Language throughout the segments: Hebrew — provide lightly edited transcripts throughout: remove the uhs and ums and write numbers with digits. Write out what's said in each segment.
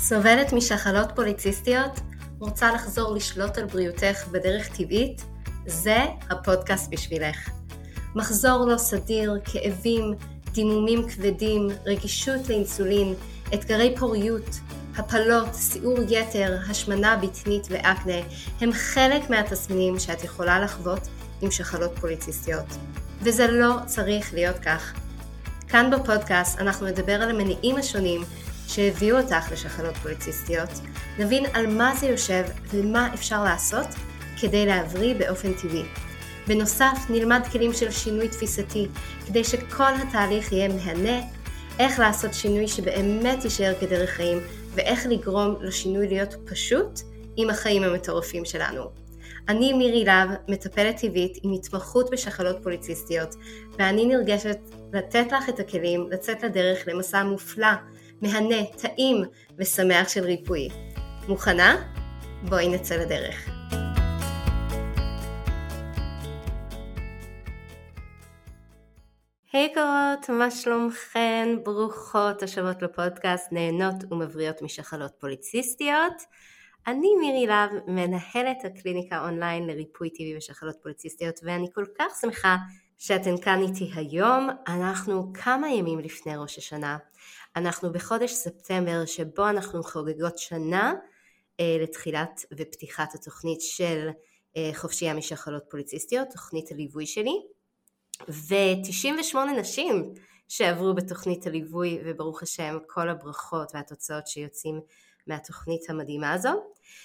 סובלת משחלות פוליציסטיות? רוצה לחזור לשלוט על בריאותך בדרך טבעית? זה הפודקאסט בשבילך. מחזור לא סדיר, כאבים, דימומים כבדים, רגישות לאינסולין, אתגרי פוריות, הפלות, סיעור יתר, השמנה בטנית ואקנה הם חלק מהתסמינים שאת יכולה לחוות עם שחלות פוליציסטיות. וזה לא צריך להיות כך. כאן בפודקאסט אנחנו נדבר על המניעים השונים שהביאו אותך לשחלות פוליציסטיות, נבין על מה זה יושב ומה אפשר לעשות כדי להבריא באופן טבעי. בנוסף נלמד כלים של שינוי תפיסתי כדי שכל התהליך יהיה מהנה, איך לעשות שינוי שבאמת יישאר כדרך חיים ואיך לגרום לשינוי להיות פשוט עם החיים המטורפים שלנו. אני מירי להב, מטפלת טבעית עם התמחות בשחלות פוליציסטיות, ואני נרגשת לתת לך את הכלים לצאת לדרך למסע מופלא, מהנה, טעים ושמח של ריפוי. מוכנה? בואי נצא לדרך. היי קורות, מה שלומכן? ברוכות השבות לפודקאסט נהנות ומבריות משחלות פוליציסטיות. אני מירי להב, מנהלת הקליניקה אונליין לריפוי טבעי ושחלות פוליציסטיות, ואני כל כך שמחה שאתן כאן איתי היום. אנחנו כמה ימים לפני ראש השנה. אנחנו בחודש ספטמבר שבו אנחנו חוגגות שנה לתחילת ופתיחת התוכנית של חופשייה משחלות פוליציסטיות, תוכנית הליווי שלי, ו98 נשים שעברו בתוכנית הליווי, וברוך השם כל הברכות והתוצאות שיוצאים מהתוכנית המדהימה הזו.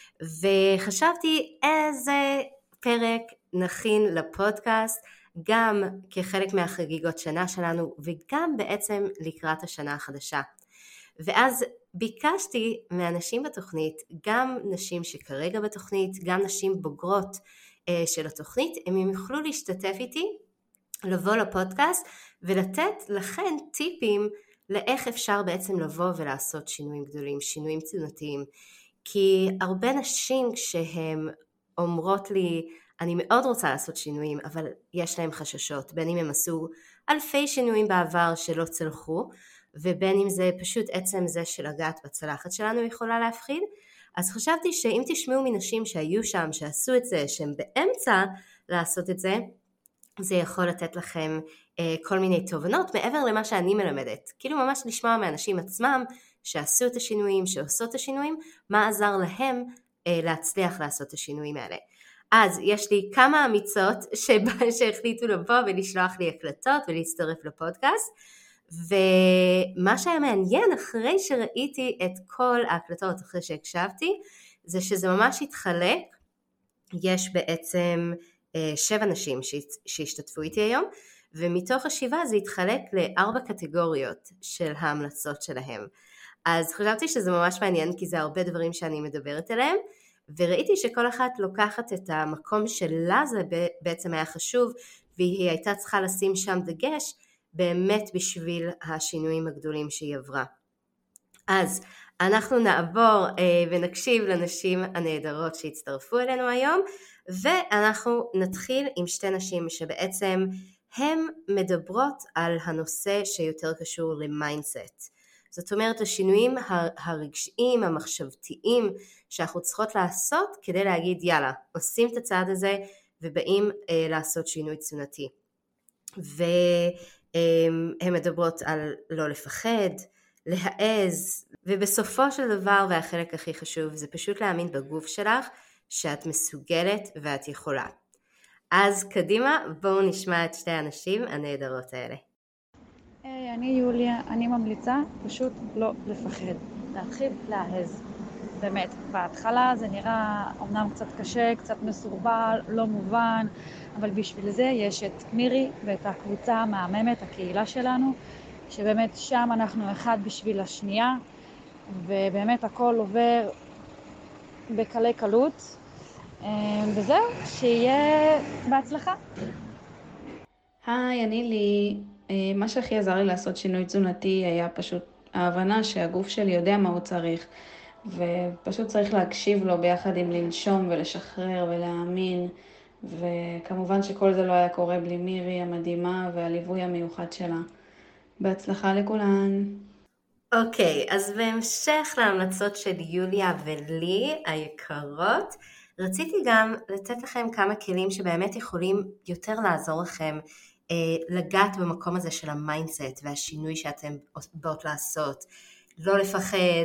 וחשבתי איזה פרק נכין לפודקאסט, גם כחלק מהחגיגות שנה שלנו וגם בעצם לקראת השנה החדשה. ואז ביקשתי מאנשים בתוכנית, גם נשים שכרגע בתוכנית, גם נשים בוגרות של התוכנית, הם יוכלו להשתתף איתי, לבוא לפודקאסט ולתת לכן טיפים לאיך אפשר בעצם לבוא ולעשות שינויים גדולים, שינויים תזונתיים. כי הרבה נשים כשהן אומרות לי, אני מאוד רוצה לעשות שינויים, אבל יש להם חששות, בין אם הם עשו אלפי שינויים בעבר שלא צלחו, ובין אם זה פשוט עצם זה של לגעת בצלחת שלנו יכולה להפחיד. אז חשבתי שאם תשמעו מנשים שהיו שם, שעשו את זה, שהם באמצע לעשות את זה, זה יכול לתת לכם כל מיני תובנות מעבר למה שאני מלמדת. כאילו ממש לשמוע מאנשים עצמם שעשו את השינויים, שעושות את השינויים, מה עזר להם להצליח לעשות את השינויים האלה. אז יש לי כמה אמיצות שהחליטו לבוא ולשלוח לי הקלטות ולהצטרף לפודקאסט, ומה שהיה מעניין אחרי שראיתי את כל ההקלטות, אחרי שהקשבתי, זה שזה ממש התחלק. יש בעצם 7 נשים שהשתתפו איתי היום, ומתוך ה7 זה התחלק ל4 קטגוריות של ההמלצות שלהם. אז חשבתי שזה ממש מעניין, כי זה הרבה דברים שאני מדברת עליהם, וראיתי שכל אחת לוקחת את המקום שלה, זה בעצם היה חשוב, והיא הייתה צריכה לשים שם דגש, באמת בשביל השינויים הגדולים שהיא עברה. אז אנחנו נעבור ונקשיב לנשים הנהדרות שהצטרפו אלינו היום, ואנחנו נתחיל עם 2 נשים שבעצם הן מדברות על הנושא שיותר קשור למיינדסט. זאת אומרת, השינויים הרגשיים, המחשבתיים שאנחנו צריכות לעשות כדי להגיד יאללה, עושים את הצעד הזה ובאים לעשות שינוי תזונתי. והן מדברות על לא לפחד, להעז, ובסופו של דבר, והחלק הכי חשוב, זה פשוט להאמין בגוף שלך שאת מסוגלת ואת יכולה. אז קדימה, בואו נשמע את 2 הנשים הנהדרות האלה. היי, אני יוליה, אני ממליצה פשוט לא לפחד, להתחיל להעז. באמת, בהתחלה זה נראה אומנם קצת קשה, קצת מסורבל, לא מובן, אבל בשביל זה יש את מירי ואת הקבוצה המהממת, הקהילה שלנו, שבאמת שם אנחנו אחד בשביל השנייה, ובאמת הכל עובר בקלי קלות, וזהו, שיהיה בהצלחה. היי, אני לי. מה שהכי עזר לי לעשות שינוי תזונתי היה פשוט ההבנה שהגוף שלי יודע מה הוא צריך, ופשוט צריך להקשיב לו ביחד עם לנשום ולשחרר ולהאמין, וכמובן שכל זה לא היה קורה בלי מירי המדהימה והליווי המיוחד שלה. בהצלחה לכולן. אוקיי, אז בהמשך להמלצות של יוליה ולי היקרות, רציתי גם לתת לכם כמה כלים שבאמת יכולים יותר לעזור לכם לגעת במקום הזה של המיינדסט והשינוי שאתם באות לעשות. לא לפחד,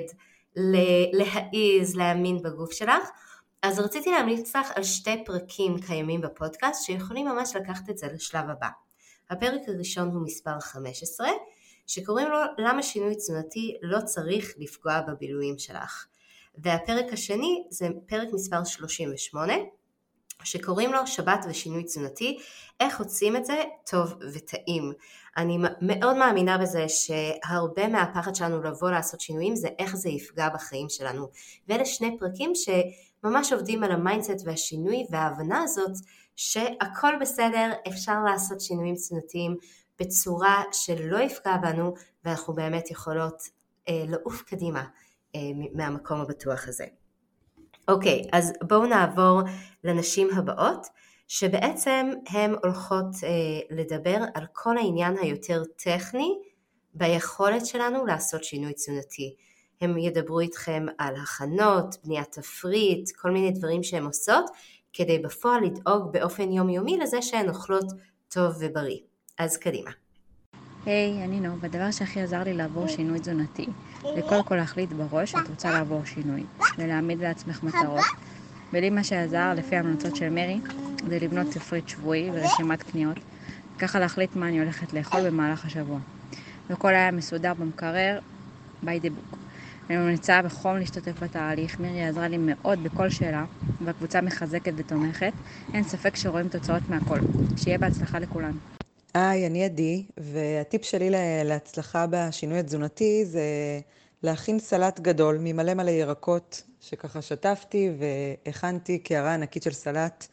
להעיז, להאמין בגוף שלך. אז רציתי להמליץ לך על 2 פרקים קיימים בפודקאסט שיכולים ממש לקחת את זה לשלב הבא. הפרק הראשון הוא מספר 15, שקוראים לו למה שינוי תזונתי לא צריך לפגוע בבילויים שלך. והפרק השני זה פרק מספר 38, שקוראים לו שבת ושינוי תזונתי, איך עושים את זה טוב וטעים. אני מאוד מאמינה בזה שהרבה מהפחד שלנו לבוא לעשות שינויים זה איך זה יפגע בחיים שלנו. ואלה 2 פרקים שממש עובדים על המיינדסט והשינוי וההבנה הזאת שהכל בסדר, אפשר לעשות שינויים תזונתיים בצורה שלא יפגע בנו, ואנחנו באמת יכולות לעוף קדימה מהמקום הבטוח הזה. אוקיי, אז בואו נעבור לנשים הבאות, שבעצם הן הולכות לדבר על כל העניין היותר טכני ביכולת שלנו לעשות שינוי תזונתי. הם ידברו איתכם על הכנות, בניית תפריט, כל מיני דברים שהן עושות, כדי בפועל לדאוג באופן יומיומי לזה שהן אוכלות טוב ובריא. אז קדימה. היי, אני נו, והדבר שהכי עזר לי לעבור שינוי תזונתי, זה קודם כל להחליט בראש שאת רוצה לעבור שינוי, ולהעמיד לעצמך מטרות. ולי מה שעזר, לפי ההמלצות של מרי, זה לבנות תפריט שבועי ורשימת קניות, וככה להחליט מה אני הולכת לאכול במהלך השבוע. וכל היה מסודר במקרר, by the book. אני ממליצה בחום להשתתף בתהליך, מרי עזרה לי מאוד בכל שאלה, והקבוצה מחזקת ותומכת, אין ספק שרואים תוצאות מהכל. שיהיה בהצלחה לכולן. היי, אני עדי, והטיפ שלי להצלחה בשינוי התזונתי זה להכין סלט גדול ממלא מלא ירקות שככה שטפתי והכנתי קערה ענקית של סלט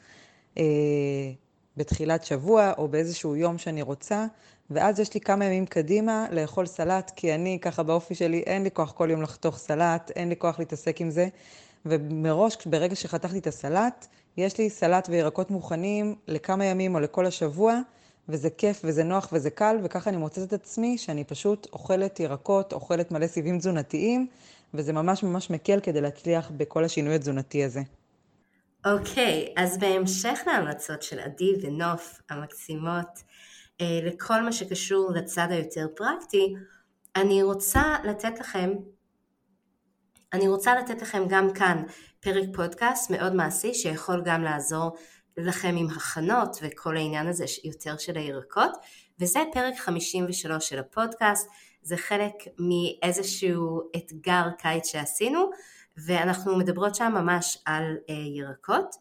בתחילת שבוע או באיזשהו יום שאני רוצה, ואז יש לי כמה ימים קדימה לאכול סלט, כי אני ככה באופי שלי אין לי כוח כל יום לחתוך סלט, אין לי כוח להתעסק עם זה, ומראש ברגע שחתכתי את הסלט יש לי סלט וירקות מוכנים לכמה ימים או לכל השבוע, וזה כיף וזה נוח וזה קל, וככה אני מוצאת את עצמי שאני פשוט אוכלת ירקות, אוכלת מלא סיבים תזונתיים, וזה ממש ממש מקל כדי להצליח בכל השינוי התזונתי הזה. אוקיי, אז בהמשך להמלצות של עדי ונוף המקסימות, לכל מה שקשור לצד היותר פרקטי, אני רוצה לתת לכם גם כאן פרק פודקאסט מאוד מעשי שיכול גם לעזור לכם עם הכנות וכל העניין הזה יותר של הירקות, וזה פרק 53 של הפודקאסט. זה חלק מאיזשהו אתגר קיץ שעשינו, ואנחנו מדברות שם ממש על ירקות.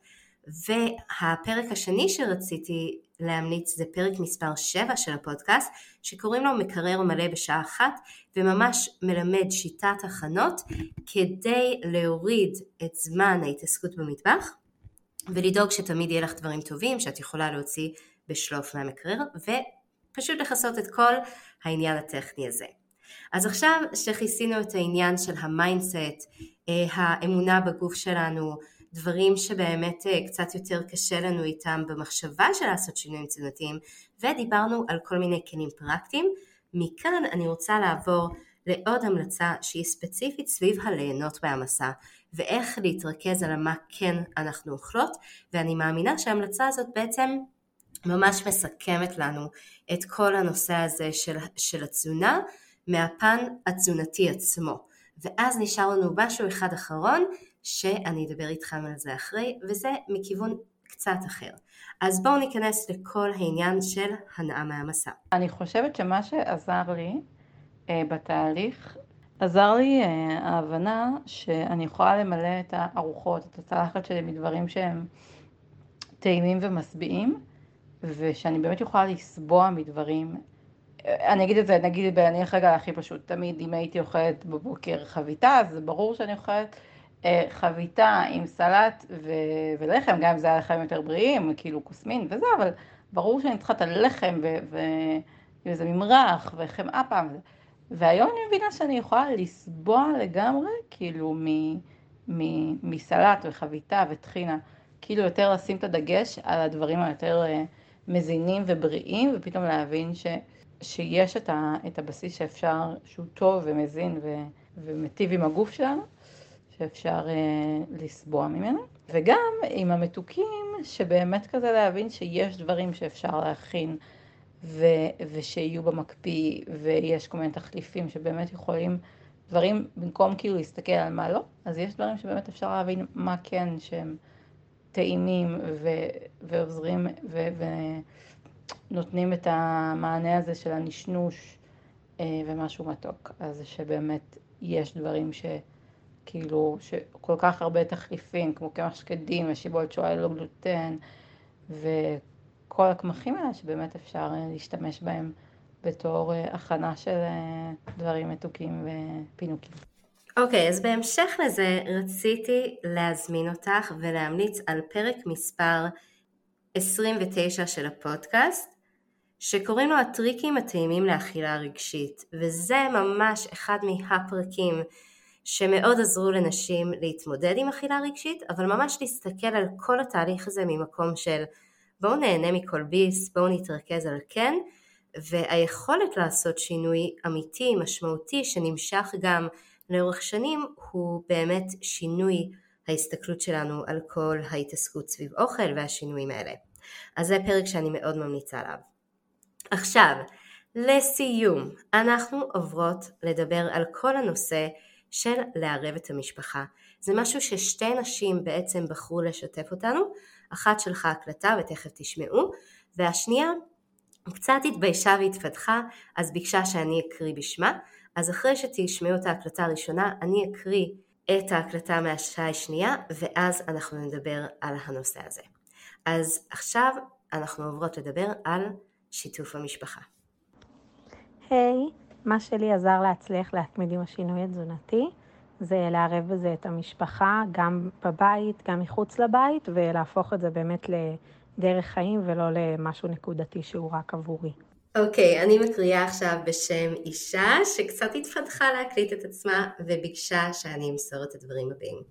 והפרק השני שרציתי להמליץ זה פרק מספר 7 של הפודקאסט, שקוראים לו מקרר מלא בשעה 1, וממש מלמד שיטת הכנות כדי להוריד את זמן ההתעסקות במטבח, ולדאוג שתמיד יהיה לך דברים טובים שאת יכולה להוציא בשלוף מהמקרר, ופשוט לחסות את כל העניין הטכני הזה. אז עכשיו שכיסינו את העניין של המיינדסט, האמונה בגוף שלנו, דברים שבאמת קצת יותר קשה לנו איתם במחשבה של לעשות שינויים תזונתיים, ודיברנו על כל מיני כלים פרקטיים, מכאן אני רוצה לעבור לעוד המלצה שהיא ספציפית סביב הליהנות בהעמסה, ואיך להתרכז על מה כן אנחנו אוכלות, ואני מאמינה שההמלצה הזאת בעצם ממש מסכמת לנו את כל הנושא הזה של התזונה, מהפן התזונתי עצמו. ואז נשאר לנו משהו אחד אחרון, שאני אדבר איתכם על זה אחרי, וזה מכיוון קצת אחר. אז בואו ניכנס לכל העניין של הנאה מהמסע. אני חושבת שמה שעזר לי בתהליך, עזר לי ההבנה שאני יכולה למלא את הארוחות, את הצלחת שלי מדברים שהם טעימים ומשביעים, ושאני באמת יכולה לסבוע מדברים. אני אגיד את זה, אני רגע הכי פשוט, תמיד אם הייתי אוכלת בבוקר חביתה, אז זה ברור שאני אוכלת חביתה עם סלט ולחם, גם אם זה היה לחם יותר בריאים, כאילו קוסמין וזה, אבל ברור שאני צריכה את הלחם וזה ממרח וחמאה פעם. והיום אני מבינה שאני יכולה לסבוע לגמרי, כאילו מסלט וחביתה וטחינה, כאילו יותר לשים את הדגש על הדברים היותר מזינים ובריאים, ופתאום להבין שיש את הבסיס שאפשר, שהוא טוב ומזין ומטיב עם הגוף שלנו, שאפשר לסבוע ממנו. וגם עם המתוקים, שבאמת כזה להבין שיש דברים שאפשר להכין, ושיהיו במקפיא, ויש כל מיני תחליפים שבאמת יכולים, דברים במקום כאילו להסתכל על מה לא, אז יש דברים שבאמת אפשר להבין מה כן, שהם טעימים ועוזרים ונותנים את המענה הזה של הנשנוש ומשהו מתוק. אז שבאמת יש דברים שכאילו, שכל כך הרבה תחליפים, כמו קמח שקדים, ושיבולת שואה ללא גלוטן, וכל הקמחים האלה שבאמת אפשר להשתמש בהם בתור הכנה של דברים מתוקים ופינוקים. אוקיי, אז בהמשך לזה רציתי להזמין אותך ולהמליץ על פרק מספר 29 של הפודקאסט, שקוראים לו הטריקים הטעימים לאכילה רגשית, וזה ממש אחד מהפרקים שמאוד עזרו לנשים להתמודד עם אכילה רגשית, אבל ממש להסתכל על כל התהליך הזה ממקום של בואו נהנה מכל ביס, בואו נתרכז על כן, והיכולת לעשות שינוי אמיתי, משמעותי, שנמשך גם לאורך שנים, הוא באמת שינוי ההסתכלות שלנו על כל ההתעסקות סביב אוכל והשינויים האלה. אז זה פרק שאני מאוד ממליצה עליו. עכשיו, לסיום, אנחנו עוברות לדבר על כל הנושא של לערב את המשפחה. זה משהו ששתי נשים בעצם בחרו לשתף אותנו, אחת שלחה הקלטה ותכף תשמעו, והשנייה קצת התביישה והתפתחה, אז ביקשה שאני אקריא בשמה. אז אחרי שתשמעו את ההקלטה הראשונה, אני אקריא את ההקלטה מהשעה השנייה, ואז אנחנו נדבר על הנושא הזה. אז עכשיו אנחנו עוברות לדבר על שיתוף המשפחה. היי, מה שלי עזר להצליח להתמיד עם השינוי התזונתי, זה לערב בזה את המשפחה, גם בבית, גם מחוץ לבית, ולהפוך את זה באמת לדרך חיים ולא למשהו נקודתי שהוא רק עבורי. אוקיי, אני מקריאה עכשיו בשם אישה שקצת התפתחה להקליט את עצמה וביקשה שאני אמסור את הדברים הבאים.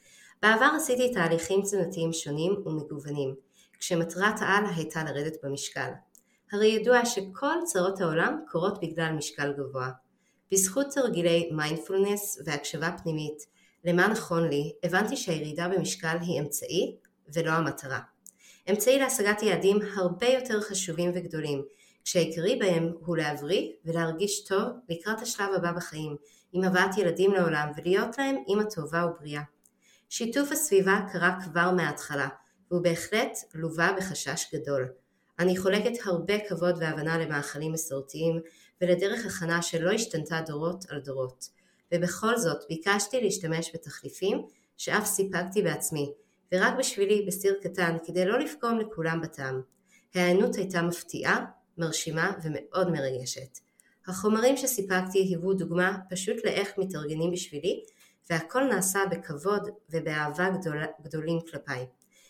בעבר עשיתי תהליכים תזונתיים שונים ומגוונים, כשמטרת העל הייתה לרדת במשקל. הרי ידוע שכל צרות העולם קורות בגלל משקל גבוה. בזכות תרגילי מיינדפולנס והקשבה פנימית, למה נכון לי, הבנתי שהירידה במשקל היא אמצעי ולא המטרה. אמצעי להשגת יעדים הרבה יותר חשובים וגדולים, כשהעיקרי בהם הוא להבריא ולהרגיש טוב לקראת השלב הבא בחיים, עם הבאת ילדים לעולם ולהיות להם אמא טובה ובריאה. שיתוף הסביבה קרה כבר מההתחלה, והוא בהחלט לווה בחשש גדול. אני חולקת הרבה כבוד והבנה למאכלים מסורתיים ולדרך הכנה שלא השתנתה דורות על דורות, ובכל זאת ביקשתי להשתמש בתחליפים שאף סיפקתי בעצמי, ורק בשבילי בסיר קטן כדי לא לפגום לכולם בטעם. ההיענות הייתה מפתיעה, מרשימה ומאוד מרגשת. החומרים שסיפקתי היוו דוגמה פשוט לאיך מתארגנים בשבילי, והכל נעשה בכבוד ובאהבה גדולים כלפיי.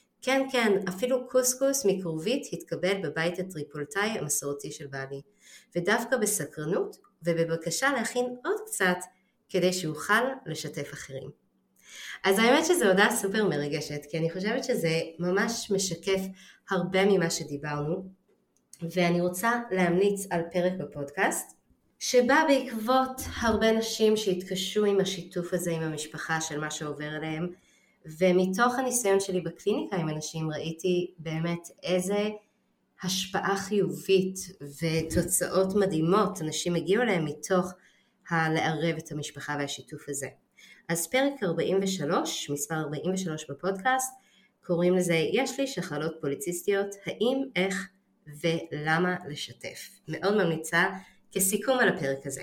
כן, אפילו קוסקוס מקרובית התקבל בבית הטריפולטאי המסורתי של בעלי, ודווקא בסקרנות ובבקשה להכין עוד קצת כדי שאוכל לשתף אחרים. אז האמת שזו הודעה סופר מרגשת, כי אני חושבת שזה ממש משקף הרבה ממה שדיברנו, ואני רוצה להמליץ על פרק בפודקאסט, שבא בעקבות הרבה נשים שהתקשו עם השיתוף הזה עם המשפחה של מה שעובר אליהם, ומתוך הניסיון שלי בקליניקה עם אנשים ראיתי באמת איזה השפעה חיובית ותוצאות מדהימות אנשים הגיעו אליהם מתוך לערב את המשפחה והשיתוף הזה. אז פרק 43, מספר 43 בפודקאסט, קוראים לזה יש לי שחלות פוליציסטיות, האם, איך ולמה לשתף. מאוד ממליצה כסיכום על הפרק הזה.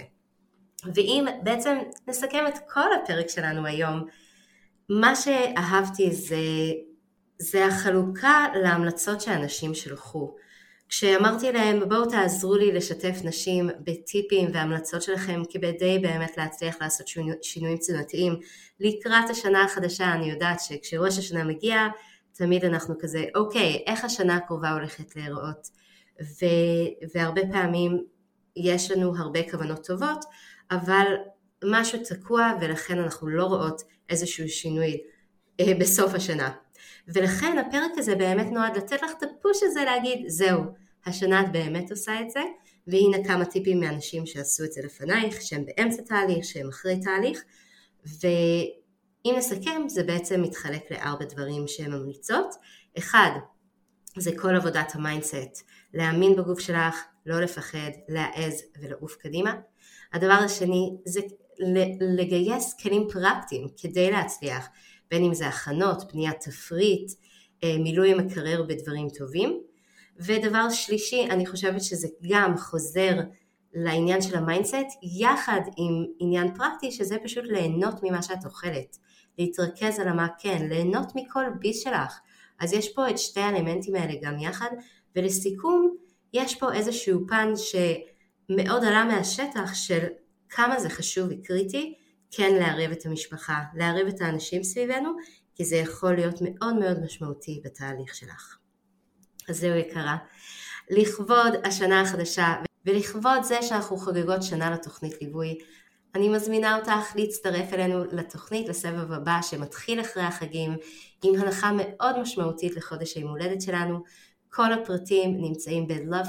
ואם בעצם נסכם את כל הפרק שלנו היום, מה שאהבתי זה החלוקה להמלצות שאנשים שלחו. כשאמרתי להם בואו תעזרו לי לשתף נשים בטיפים והמלצות שלכם כדי באמת להצליח לעשות שינויים תזונתיים לקראת השנה החדשה, אני יודעת שכשראש השנה מגיע תמיד אנחנו כזה אוקיי, איך השנה הקרובה הולכת להיראות, והרבה פעמים יש לנו הרבה כוונות טובות אבל משהו תקוע ולכן אנחנו לא רואות איזשהו שינוי בסוף השנה. ולכן הפרק הזה באמת נועד לתת לך את הפוש הזה להגיד זהו, השנה את באמת עושה את זה והנה כמה טיפים מאנשים שעשו את זה לפנייך, שהם באמצע תהליך, שהם אחרי תהליך, ואם נסכם זה בעצם מתחלק ל4 דברים שהן ממליצות. 1, זה כל עבודת המיינדסט, להאמין בגוף שלך, לא לפחד, להעז ולעוף קדימה. הדבר השני זה לגייס כלים פרקטיים כדי להצליח, בין אם זה הכנות, בניית תפריט, מילוי המקרר בדברים טובים. ודבר שלישי, אני חושבת שזה גם חוזר לעניין של המיינדסט, יחד עם עניין פרקטי, שזה פשוט ליהנות ממה שאת אוכלת, להתרכז על מה כן, ליהנות מכל ביס שלך. אז יש פה את 2 האלמנטים האלה גם יחד, ולסיכום, יש פה איזשהו פן שמאוד עלה מהשטח של כמה זה חשוב וקריטי, כן לערב את המשפחה, לערב את האנשים סביבנו, כי זה יכול להיות מאוד מאוד משמעותי בתהליך שלך. אז זהו יקרה, לכבוד השנה החדשה ולכבוד זה שאנחנו חוגגות שנה לתוכנית ליווי, אני מזמינה אותך להצטרף אלינו לתוכנית לסבב הבא שמתחיל אחרי החגים, עם הנחה מאוד משמעותית לחודש היום הולדת שלנו. כל הפרטים נמצאים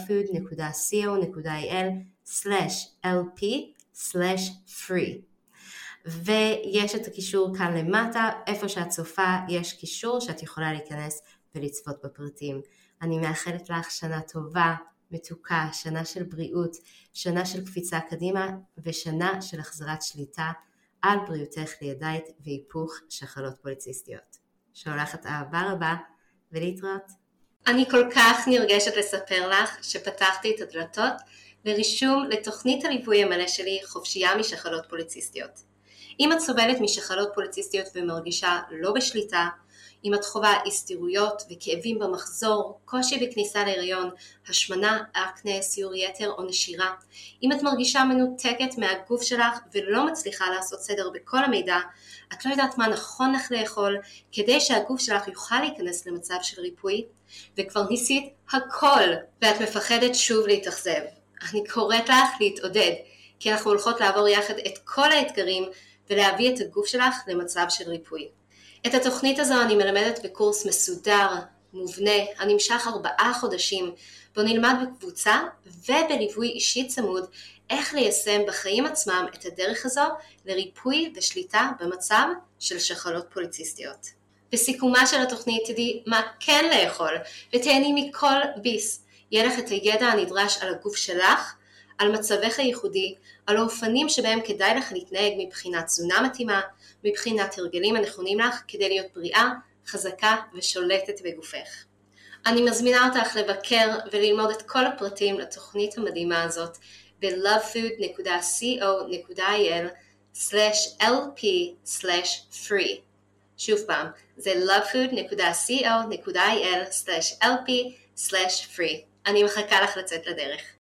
belovefood.co.il/lp/free. ויש את הקישור כאן למטה, איפה שאת צופה יש קישור שאת יכולה להיכנס ולצפות בפרטים. אני מאחלת לך שנה טובה, מתוקה, שנה של בריאות, שנה של קפיצה קדימה ושנה של החזרת שליטה על בריאותך לידיים והיפוך שחלות פוליציסטיות. שולחת אהבה רבה ולהתראות. אני כל כך נרגשת לספר לך שפתחתי את הדלתות לרישום לתוכנית הליווי המלא שלי חופשייה משחלות פוליציסטיות. אם את סובלת משחלות פוליציסטיות ומרגישה לא בשליטה, אם את חווה הסתירויות וכאבים במחזור, קושי בכניסה להיריון, השמנה, אקנה, סיור יתר או נשירה, אם את מרגישה מנותקת מהגוף שלך ולא מצליחה לעשות סדר בכל המידע, את לא יודעת מה נכון לך לאכול כדי שהגוף שלך יוכל להיכנס למצב של ריפוי, וכבר ניסית הכל ואת מפחדת שוב להתאכזב. אני קוראת לך להתעודד, כי אנחנו הולכות לעבור יחד את כל האתגרים ולהביא את הגוף שלך למצב של ריפוי. את התוכנית הזו אני מלמדת בקורס מסודר, מובנה, הנמשך 4 חודשים, בו נלמד בקבוצה ובליווי אישי צמוד איך ליישם בחיים עצמם את הדרך הזו לריפוי ושליטה במצב של שחלות פוליציסטיות. בסיכומה של התוכנית תדעי מה כן לאכול ותהני מכל ביס. יהיה לך את הידע הנדרש על הגוף שלך, על מצבך הייחודי, על האופנים שבהם כדאי לך להתנהג מבחינת תזונה מתאימה, מבחינת הרגלים הנכונים לך כדי להיות בריאה, חזקה ושולטת בגופך. אני מזמינה אותך לבקר וללמוד את כל הפרטים לתוכנית המדהימה הזאת belovefood.co.il/lp/free. שוב פעם, זה lovefood.co.il/lp/free. אני מחכה לך לצאת לדרך.